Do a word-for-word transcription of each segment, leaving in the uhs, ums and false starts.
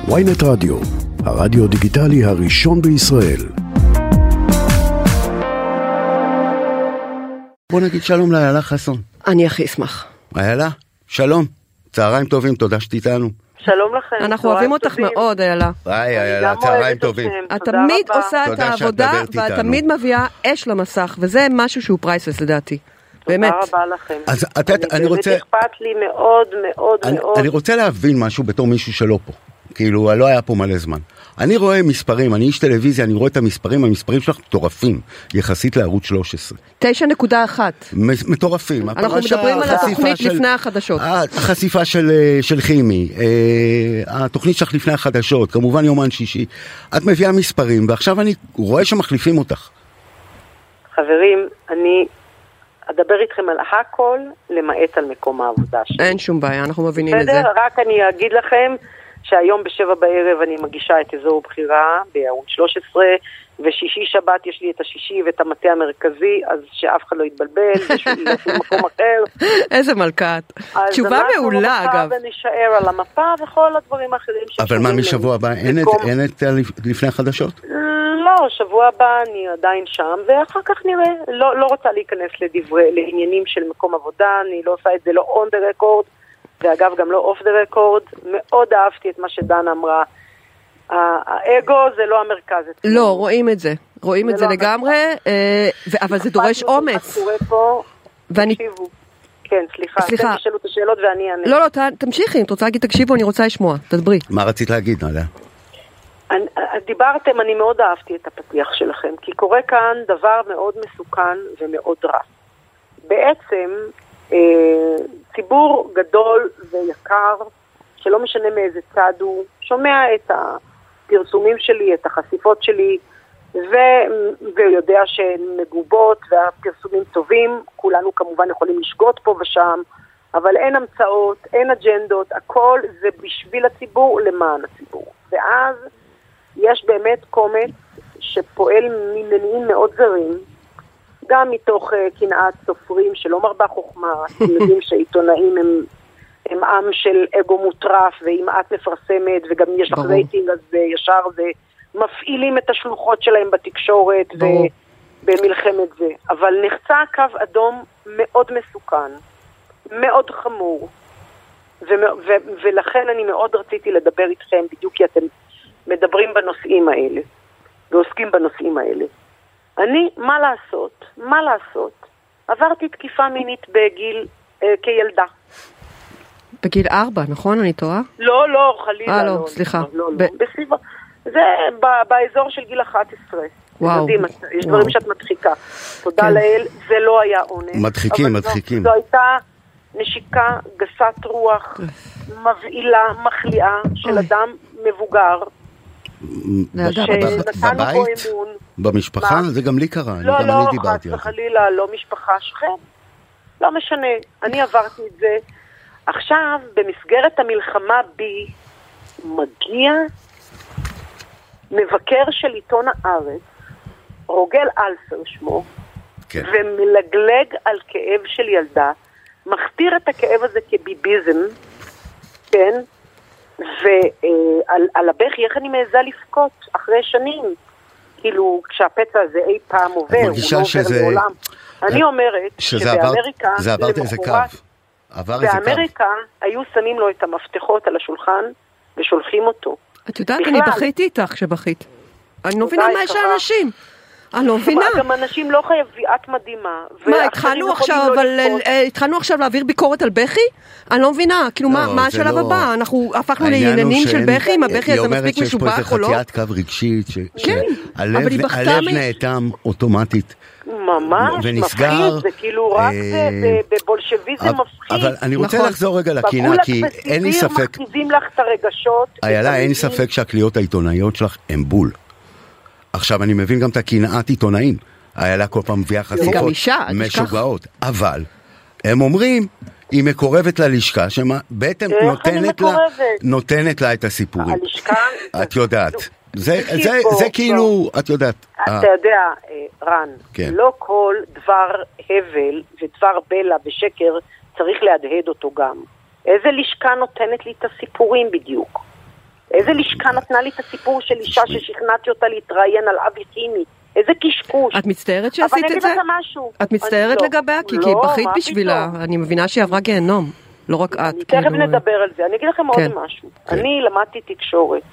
וויינט רדיו, הרדיו דיגיטלי הראשון בישראל. בוא נגיד שלום לאיילה חסון. אני הכי אשמח. איילה, שלום. צהריים טובים, תודה שתיתנו. שלום לכם. אנחנו אוהבים אותך מאוד, איילה. היי, איילה, צהריים טובים. את תמיד עושה את העבודה, ואת תמיד מביאה אש למסך, וזה משהו שהוא פרייסלס לדעתי. באמת. תודה רבה לכם. אז אני רוצה... באמת אכפת לי מאוד מאוד מאוד. אני רוצה להבין משהו בתור מישהו שלא פה. כאילו, לא היה פה מלא זמן. אני רואה מספרים, אני איש טלוויזיה, אני רואה את המספרים, המספרים שלך מטורפים, יחסית לערוץ שלוש עשרה. תשע נקודה אחת. מטורפים. אנחנו מדברים על התוכנית לפני החדשות. החשיפה של חימי, התוכנית שלך לפני החדשות, כמובן יומן שישי. את מביאה מספרים, ועכשיו אני רואה שמחליפים אותך. חברים, אני אדבר איתכם על הכל, למעט על מקום העבודה שלי. אין שום בעיה, אנחנו מבינים את זה. בסדר, רק אני אגיד לכם, שהיום בשבע בערב אני מגישה את אזור בחירה בערוץ שלוש עשרה, ושישי שבת יש לי את השישי ואת המטה המרכזי, אז שאף אחד לא יתבלבל, יש לי מקום אחר. איזה מלכת. תשובה מעולה, אגב. אז אנחנו נשאר על המפה וכל הדברים האחרים. אבל מה משבוע הבא? אין את לפני החדשות? לא, שבוע הבא אני עדיין שם, ואחר כך נראה. לא רוצה להיכנס לעניינים של מקום עבודה, אני לא עושה את זה לא on the record, ואגב גם לא off the record. מאוד אהבתי את מה שדנה אמרה. האגו זה לא המרכז. לא, רואים את זה. רואים את זה לגמרי, אבל זה דורש אומץ. תקשיבו. כן, סליחה. אתם תשאלו את השאלות ואני אענה. לא, לא, תמשיכי. אם את רוצה להגיד תקשיבו, אני רוצה לשמוע. תדברי. מה רצית להגיד, נעלה? דיברתם, אני מאוד אהבתי את הפתיח שלכם, כי קורה כאן דבר מאוד מסוכן ומאוד רע. בעצם, ציבור גדול ויקר, שלא משנה מאיזה צד הוא, שומע את הפרסומים שלי, את החשיפות שלי, ו- ויודע שהן מגובות והפרסומים טובים, כולנו כמובן יכולים לשגות פה ושם, אבל אין המצאות, אין אג'נדות, הכל זה בשביל הציבור, למען הציבור. ואז יש באמת קומץ שפועל ממניעים מאוד זרים, גם מתוך uh, קנאת סופרים שלא מרבה חוכמה, אתם יודעים שעיתונאים הם, הם עם של אגו מוטרף, ואם את מפרסמת וגם יש לך רייטינג, אז uh, ישר זה מפעילים את השלוחות שלהם בתקשורת ובמלחמת זה. אבל נחצה קו אדום מאוד מסוכן, מאוד חמור, ו- ו- ולכן אני מאוד רציתי לדבר איתכם, בדיוק כי אתם מדברים בנושאים האלה, ועוסקים בנושאים האלה. אני, מה לעשות? מה לעשות? עברתי תקיפה מינית בגיל, אה, כילדה. בגיל ארבע, נכון? אני טועה? לא, לא, חלילה. אה, לא, לא, סליחה. לא, לא, ב... לא. בסביבה. זה ב- באזור של גיל אחת עשרה. וואו. יודעים, יש וואו. דברים שאת מדחיקה. תודה כן. לאל, זה לא היה עונש. מדחיקים, מדחיקים. זו, זו הייתה נשיקה גסת רוח, מבעילה, מחליאה, של אדם מבוגר, בבית? במשפחה? זה גם לי קרה, לא, גם לא, אני דיברתי חס וחלילה, לא משפחה, שכן. לא משנה, אני עברתי את זה. עכשיו, במסגרת המלחמה בי, מגיע מבקר של עיתון הארץ, רוגל אלפר שמו, כן. ומלגלג על כאב של ילדה, מכתיר את הכאב הזה כביביזם, כן? ועל על הבכי, איך אני מעזה לפקוט אחרי שנים, כאילו כשהפצע הזה אי פעם עובר, הוא לא עובר לעולם. אני אומרת שבאמריקה, זה עברת איזה קו, עבר איזה קו. באמריקה היו שמים לו את המפתחות על השולחן ושולחים אותו. את יודעת, אני בכיתי איתך שבכית. אני לא מבינה מה יש לאנשים. אני לא מבינה. גם אנשים לא חייבים, את מדהימה. מה, התחלנו עכשיו, אבל התחלנו עכשיו להעביר ביקורת על בכי? אני לא מבינה, כאילו מה השלב הבא? אנחנו הפכנו לעניינים של בכי, אם הבכי הזה מספיק משובח או לא? היא אומרת שיש פה איזה חציית קו רגשית, שהלב נאטם אוטומטית. ממש, מפחיד, זה כאילו רק בבולשביזם מפחיד. אבל אני רוצה לחזור רגע לקינה, כי אין לי ספק... מפחידים לך את הרגשות. איילה, אין לי ספק שהקליעות העיתונאיות שלך הם בול. עכשיו אני מבין גם את הקנאת עיתונאים. איילה כל פעם מביאה חשיפות משוגעות. אבל הם אומרים, היא מקורבת ללשכה, שבעצם נותנת לה את הסיפורים. הלשכה... את יודעת. זה כאילו, את יודעת. אתה יודע, רן, לא כל דבר הבל ודבר בלע ושקר צריך להדהד אותו גם. איזה לשכה נותנת לי את הסיפורים בדיוק? איזה לשכה נתנה לי את הסיפור של אישה ששכנעתי אותה להתראיין על אבי חימי? איזה קשקוש. את מצטערת שעשית את זה? אבל אני אגיד לך משהו. את מצטערת לגביה? כי בכית בשבילה. אני מבינה שהיא עברה גיהנום. לא רק את. אני תכף נדבר על זה. אני אגיד לכם עוד משהו. אני למדתי תקשורת.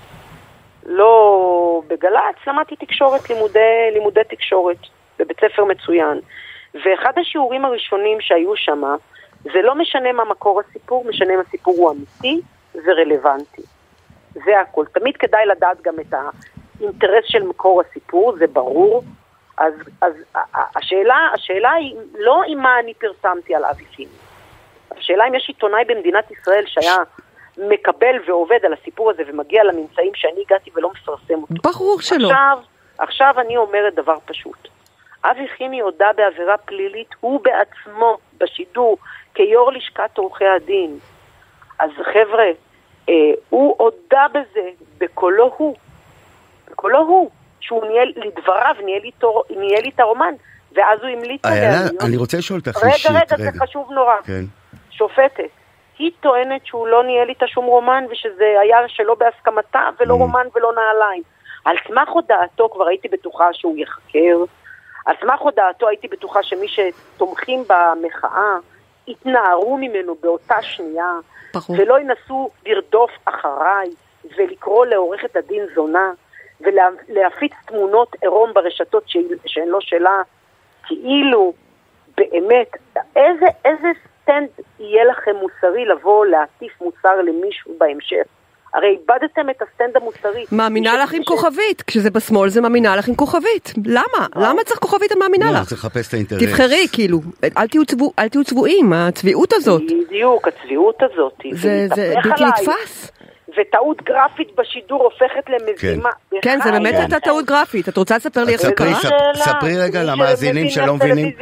לא בגל"צ, למדתי תקשורת, לימודי תקשורת. בבית ספר מצוין. ואחד השיעורים הראשונים שהיו שם, זה לא משנה מה מקור הסיפור, משנה אם הסיפור הוא אמיתי ורלוונטי. זה הכל. תמיד כדאי לדעת גם את האינטרס של מקור הסיפור, זה ברור. אז, אז השאלה, השאלה היא לא עם מה אני פרסמתי על אבי חימי. השאלה אם יש עיתונאי במדינת ישראל שהיה מקבל ועובד על הסיפור הזה ומגיע לממצאים שאני הגעתי ולא מפרסם אותו. ברור שלא. עכשיו, עכשיו אני אומרת דבר פשוט. אבי חימי הודע בעבירה פלילית, הוא בעצמו בשידור כיו"ר לשכת עורכי הדין. אז חבר'ה, אה, הוא הודע בזה בקולו הוא. בקולו הוא. שהוא ניהל, לדבריו, ניהל איתו, ניהל איתה רומן, ואז הוא המליץ עליה. אני רוצה לשאול אותך אישית. רגע, רגע, זה חשוב נורא. כן. שופטת. היא טוענת שהוא לא ניהל איתה שום רומן, ושזה היה שלא בהסכמתה, ולא רומן ולא נעליים. על סמך הודעתו כבר הייתי בטוחה שהוא יחקר. על סמך הודעתו הייתי בטוחה שמי שתומכים במחאה, התנערו ממנו באותה שנייה, ולא ינסו לרדוף אחריי, ולקרוא לעורכת הדין זונה, ולהפיץ תמונות עירום ברשתות שהן לא שלה, כאילו באמת, איזה, איזה סטנד יהיה לכם מוסרי לבוא להטיף מוסר למישהו בהמשך? הרי איבדתם את הסטנד המוסרי. מאמינה לך עם כוכבית, כשזה בשמאל זה מאמינה לך עם כוכבית. למה? למה צריך כוכבית המאמינה לך? לא, צריך לחפש את האינטרס. תבחרי, כאילו, אל תהיו צבועים, הצביעות הזאת. בדיוק, הצביעות הזאת. זה בלתי נתפס. וטעות גרפית בשידור הופכת למזימה. כן, זה באמת הייתה טעות גרפית. את רוצה לספר לי איך זה קרה? ספרי רגע למאזינים שלא מבינים.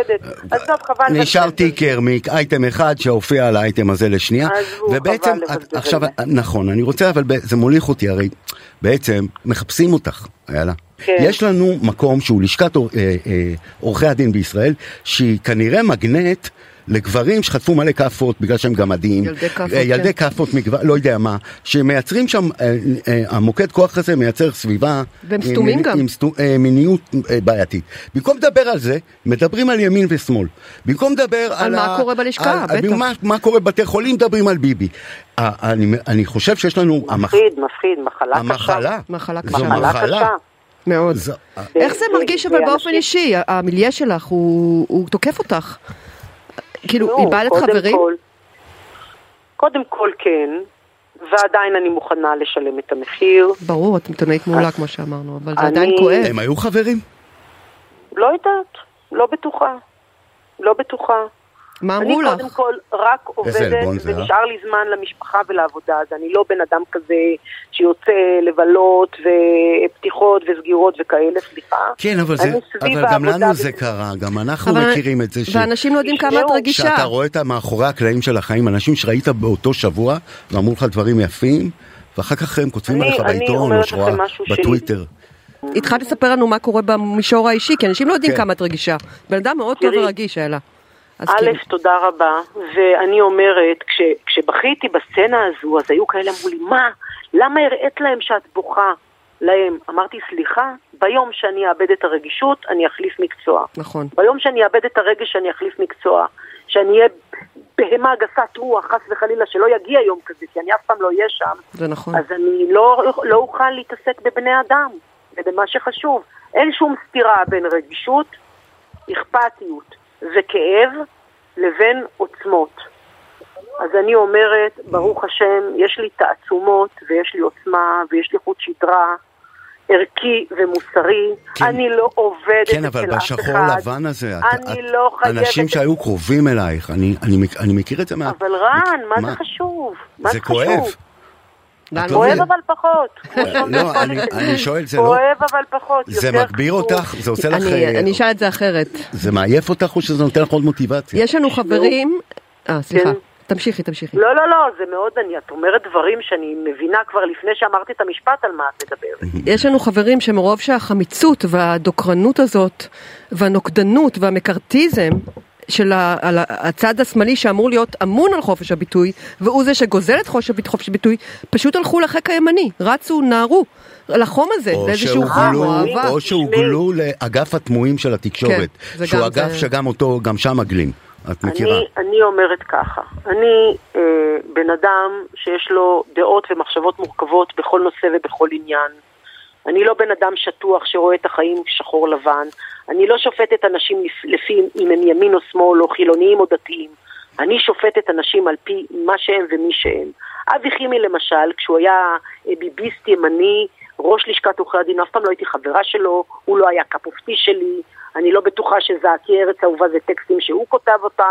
נשאר טיקר מאייטם אחד שהופיע על האייטם הזה לשנייה. ובעצם, עכשיו, נכון, אני רוצה, אבל זה מוליך אותי, הרי בעצם מחפשים אותך, יאללה. יש לנו מקום שהוא לשכת עורכי הדין בישראל, שהיא כנראה מגנט לגברים שחטפו מלא כפות בגלל שהם גמדים, ילדי כפות, לא יודע מה, שמייצרים שם, המוקד כוח הזה מייצר סביבה והם סתומים גם, עם מיניות בעייתית. במקום לדבר על זה, מדברים על ימין ושמאל. במקום לדבר על מה קורה בלשכה, בטח. מה קורה בבתי חולים, מדברים על ביבי. אני חושב שיש לנו מפחיד, מפחיד, מחלה קשה. המחלה, מחלה זו מחלה מאוד. איך זה מרגיש אבל באופן אישי? המיליה שלך הוא תוקף אותך. כאילו, איבדת חברים? כל, קודם כל כן, ועדיין אני מוכנה לשלם את המחיר. ברור, את עיתונאית מעולה כמו שאמרנו, אבל זה עדיין כואב. הם היו חברים? לא יודעת, לא בטוחה. לא בטוחה. מה אמרו לך? אני קודם כל רק עובדת ונשאר לי זמן למשפחה ולעבודה, אז אני לא בן אדם כזה שיוצא לבלות ופתיחות וסגירות וכאלה, סליחה. כן, אבל, זה, אבל גם לנו זה קרה, גם אנחנו אבל מכירים את זה. ש... ואנשים לא יודעים כמה את רגישה. שאתה רואה את מאחורי הקלעים של החיים, אנשים שראית באותו שבוע ואמרו לך דברים יפים, ואחר כך הם כותבים עליך בעיתון או שרואה בטוויטר. התחלת לספר לנו מה קורה במישור האישי, כי אנשים לא יודעים כמה את רגישה. בן אדם מאוד טוב ורגיש, אלה. א', תודה רבה, ואני אומרת, כש, כשבכיתי בסצנה הזו, אז היו כאלה אמרו לי, מה? למה הראית להם שאת בוכה להם? אמרתי, סליחה, ביום שאני אאבד את הרגישות, אני אחליף מקצוע. נכון. ביום שאני אאבד את הרגש, אני אחליף מקצוע. שאני אהיה בהמה גסת רוח, חס וחלילה, שלא יגיע יום כזה, כי אני אף פעם לא אהיה שם. זה נכון. אז אני לא, לא אוכל להתעסק בבני אדם, ובמה שחשוב. אין שום סתירה בין רגישות, אכפתיות וכאב לבין עוצמות. אז אני אומרת, ברוך השם, יש לי תעצומות ויש לי עוצמה ויש לי חוט שדרה ערכי ומוסרי. כן. אני לא עובדת כן, אבל בשחור לבן הזה, אני את, לא חייבת... אנשים שהיו קרובים אלייך, אני, אני, אני מכיר את זה מה... אבל רן, מה, מה זה חשוב? מה זה כואב. כואב אבל פחות. לא, אני שואל, זה לא... כואב אבל פחות. זה מגביר אותך, זה עושה לך... אני אשאל את זה אחרת. זה מעייף אותך או שזה נותן לך עוד מוטיבציה? יש לנו חברים... אה, סליחה. תמשיכי, תמשיכי. לא, לא, לא, זה מאוד... את אומרת דברים שאני מבינה כבר לפני שאמרתי את המשפט על מה את מדברת. יש לנו חברים שמרוב שהחמיצות והדוקרנות הזאת והנוקדנות והמקרטיזם של הצד השמאלי שאמור להיות אמון על חופש הביטוי, והוא זה שגוזל את חופש הביטוי, פשוט הלכו לחק הימני, רצו, נערו. לחום הזה, לאיזשהו חום או אהבה. או שהוגלו לאגף התמועים של התקשורת, שהוא אגף שגם אותו, גם שם מגלים. את מכירה? אני אומרת ככה, אני בן אדם שיש לו דעות ומחשבות מורכבות בכל נושא ובכל עניין. אני לא בן אדם שטוח שרואה את החיים שחור לבן. אני לא שופטת אנשים לפי אם הם ימין או שמאל או חילוניים או דתיים. אני שופטת אנשים על פי מה שהם ומי שהם. אבי חימי למשל, כשהוא היה ביביסט ימני, ראש לשכת עורכי הדין, אף פעם לא הייתי חברה שלו, הוא לא היה קפופטי שלי, אני לא בטוחה שזעקי ארץ אהובה זה טקסטים שהוא כותב אותם,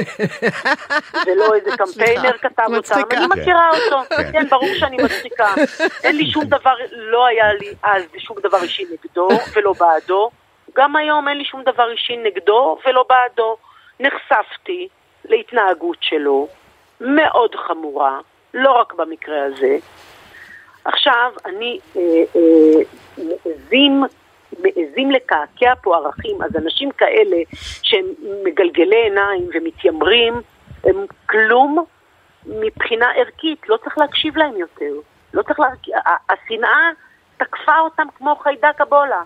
ולא איזה קמפיינר כתב אותם, אני מכירה אותו, כן, ברור שאני מצחיקה, אין לי שום דבר, לא היה לי אז שום דבר אישי נגדו ולא בעדו, גם היום אין לי שום דבר אישי נגדו ולא בעדו, נחשפתי להתנהגות שלו, מאוד חמורה, לא רק במקרה הזה, עכשיו אני אה, אה, מעזים, מעזים לקעקע פה ערכים, אז אנשים כאלה שהם מגלגלי עיניים ומתיימרים, הם כלום מבחינה ערכית, לא צריך להקשיב להם יותר, לא צריך להקשיב, השנאה תקפה אותם כמו חיידק אבולה,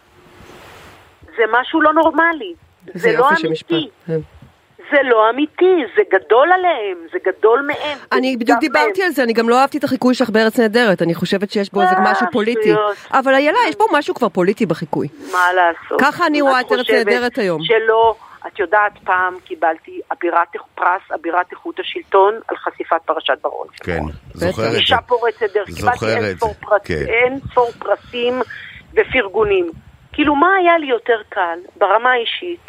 זה משהו לא נורמלי, זה, זה לא אמיתי. זה לא אמיתי, זה גדול עליהם, זה גדול מהם. אני בדיוק דיברתי על זה, אני גם לא אהבתי את החיקוי שלך בארץ נהדרת, אני חושבת שיש בו איזה משהו פוליטי. אבל איילה, יש פה משהו כבר פוליטי בחיקוי. מה לעשות? ככה אני רואה את ארץ נהדרת היום. שלא, את יודעת, פעם קיבלתי פרס אבירת איכות השלטון על חשיפת פרשת בר-און. כן, זוכרת. אישה פורצת דרך, קיבלתי אין ספור פרסים ופרגונים. כאילו, מה היה לי יותר קל, ברמה האישית,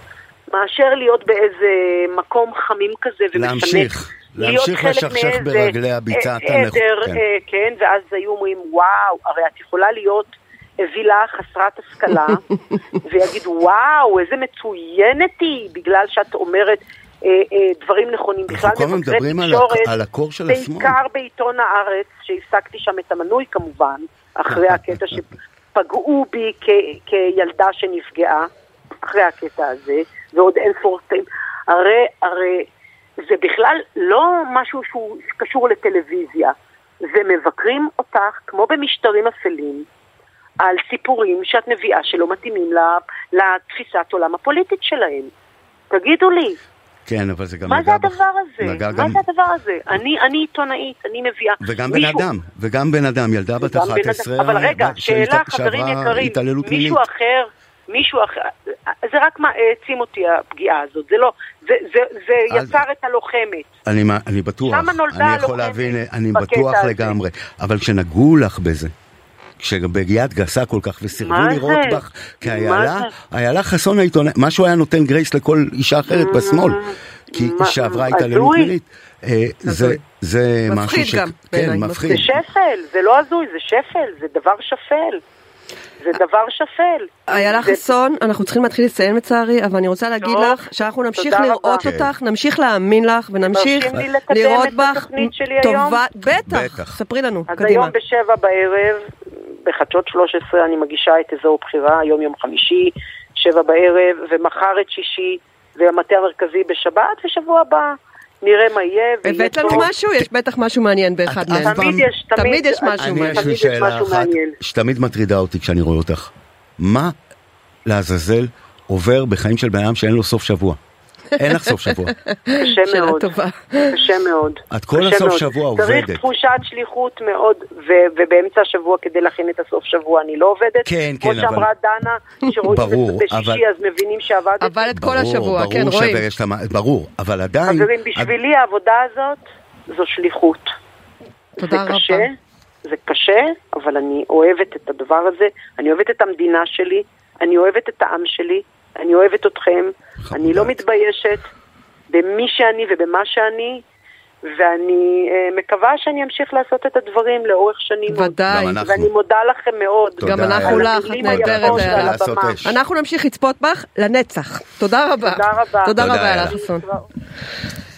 מאשר להיות באיזה מקום חמים כזה להמשיך, להמשיך לשכשך ברגלי הביצה עדר, כן. כן, ואז היו אומרים, וואו, הרי את יכולה להיות אווילה חסרת השכלה, ויגידו, וואו, איזה מצוינת היא, בגלל שאת אומרת אה, אה, דברים נכונים. אנחנו כל הזמן מדברים על, על הקור של השמאל. בעיקר בעיתון הארץ, שהפסקתי שם את המנוי כמובן, אחרי הקטע שפגעו בי כ- כילדה שנפגעה, אחרי הקטע הזה, ועוד אין סורטים. הרי, הרי זה בכלל לא משהו שהוא קשור לטלוויזיה. זה מבקרים אותך, כמו במשטרים אפלים, על סיפורים שאת מביאה שלא מתאימים לתפיסת עולם הפוליטית שלהם. תגידו לי. כן, אבל זה גם מה זה הדבר הזה? מה גם... זה הדבר הזה? אני, אני עיתונאית, אני מביאה. וגם בן אדם, וגם בן אדם, ילדה בת אחת עשרה. אבל רגע, שאלה, חברים יקרים, מישהו אחר, מישהו אחר, זה רק מה העצים אותי הפגיעה הזאת, זה לא, זה, זה, זה יצר את הלוחמת. אני, אני בטוח, אני יכול להבין, אני בטוח לגמרי, אבל כשנגעו לך בזה, כשבגיעת גסה כל כך וסירבו לראות בך, כי איילה חסון העיתונאי, משהו היה נותן גרייס לכל אישה אחרת בשמאל, כי שעברה התעללות מינית, זה משהו ש... כן, מפחיד. זה שפל, זה לא הזוי, זה שפל, זה דבר שפל. זה דבר שפל. איילה חסון, אנחנו צריכים להתחיל לציין לצערי, אבל אני רוצה להגיד לך שאנחנו נמשיך לראות אותך, נמשיך להאמין לך, ונמשיך לראות בך טובה. בטח, ספרי לנו, אז קדימה. היום בשבע בערב, בחדשות שלוש עשרה, אני מגישה את אזור בחירה, היום יום חמישי, שבע בערב, ומחר את שישי, והמטה המרכזי בשבת, ושבוע הבא נראה מה יהיה. הבאת לנו משהו? יש בטח משהו מעניין באחד מהם. תמיד יש, תמיד יש משהו מעניין. יש לי שאלה אחת שתמיד מטרידה אותי כשאני רואה אותך. מה לעזאזל עובר בחיים של בן אדם שאין לו סוף שבוע? אין לך סוף שבוע. קשה מאוד. קשה מאוד. את כל הסוף שבוע עובדת. צריך תחושת שליחות מאוד, ובאמצע השבוע כדי להכין את הסוף שבוע אני לא עובדת. כן, כן, אבל... כמו שאמרה דנה, שרואים את זה בשישי, אז מבינים שעבדת. עבדת כל השבוע, כן, רואים. ברור, אבל עדיין... חברים, בשבילי העבודה הזאת זו שליחות. תודה רבה. זה קשה, אבל אני אוהבת את הדבר הזה, אני אוהבת את המדינה שלי, אני אוהבת את העם שלי, אני אוהבת אתכם, אני לא מתביישת במי שאני ובמה שאני, ואני uh, מקווה שאני אמשיך לעשות את הדברים לאורך שנים. ודאי. ואני מודה לכם מאוד. גם אנחנו לך, את נהדרת. אנחנו נמשיך לצפות בך לנצח. תודה רבה. תודה רבה. תודה רבה, איילה חסון.